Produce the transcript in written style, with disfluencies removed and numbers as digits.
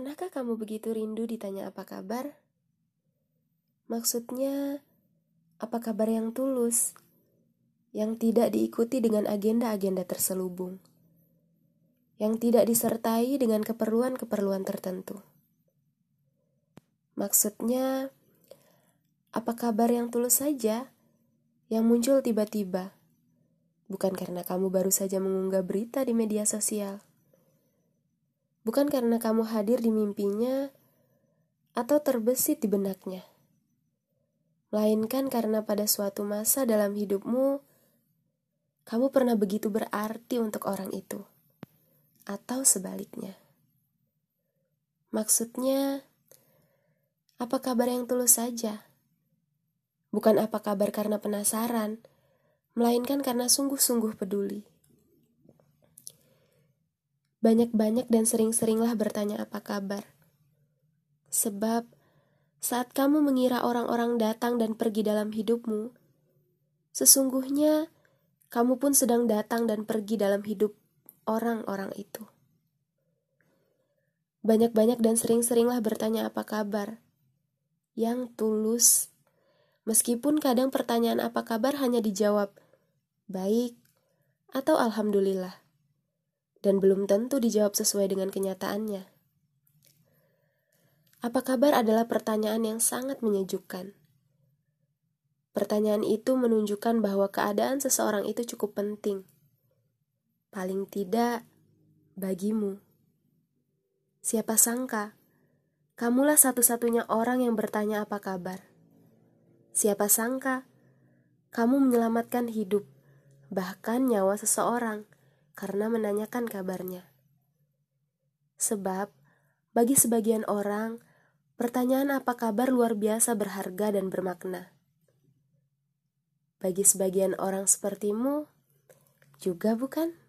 Pernahkah kamu begitu rindu ditanya apa kabar? Maksudnya, apa kabar yang tulus, yang tidak diikuti dengan agenda-agenda terselubung, yang tidak disertai dengan keperluan-keperluan tertentu. Maksudnya, apa kabar yang tulus saja, yang muncul tiba-tiba, bukan karena kamu baru saja mengunggah berita di media sosial. Bukan karena kamu hadir di mimpinya atau terbesit di benaknya. Melainkan karena pada suatu masa dalam hidupmu, kamu pernah begitu berarti untuk orang itu. Atau sebaliknya. Maksudnya, apa kabar yang tulus saja? Bukan apa kabar karena penasaran, melainkan karena sungguh-sungguh peduli. Banyak-banyak dan sering-seringlah bertanya apa kabar. Sebab, saat kamu mengira orang-orang datang dan pergi dalam hidupmu, sesungguhnya kamu pun sedang datang dan pergi dalam hidup orang-orang itu. Banyak-banyak dan sering-seringlah bertanya apa kabar, yang tulus. Meskipun kadang pertanyaan apa kabar hanya dijawab, baik atau alhamdulillah. Dan belum tentu dijawab sesuai dengan kenyataannya. Apa kabar adalah pertanyaan yang sangat menyejukkan. Pertanyaan itu menunjukkan bahwa keadaan seseorang itu cukup penting. Paling tidak, bagimu. Siapa sangka, kamulah satu-satunya orang yang bertanya apa kabar. Siapa sangka, kamu menyelamatkan hidup, bahkan nyawa seseorang, karena menanyakan kabarnya. Sebab, bagi sebagian orang, pertanyaan apa kabar luar biasa berharga dan bermakna. Bagi sebagian orang sepertimu, juga bukan?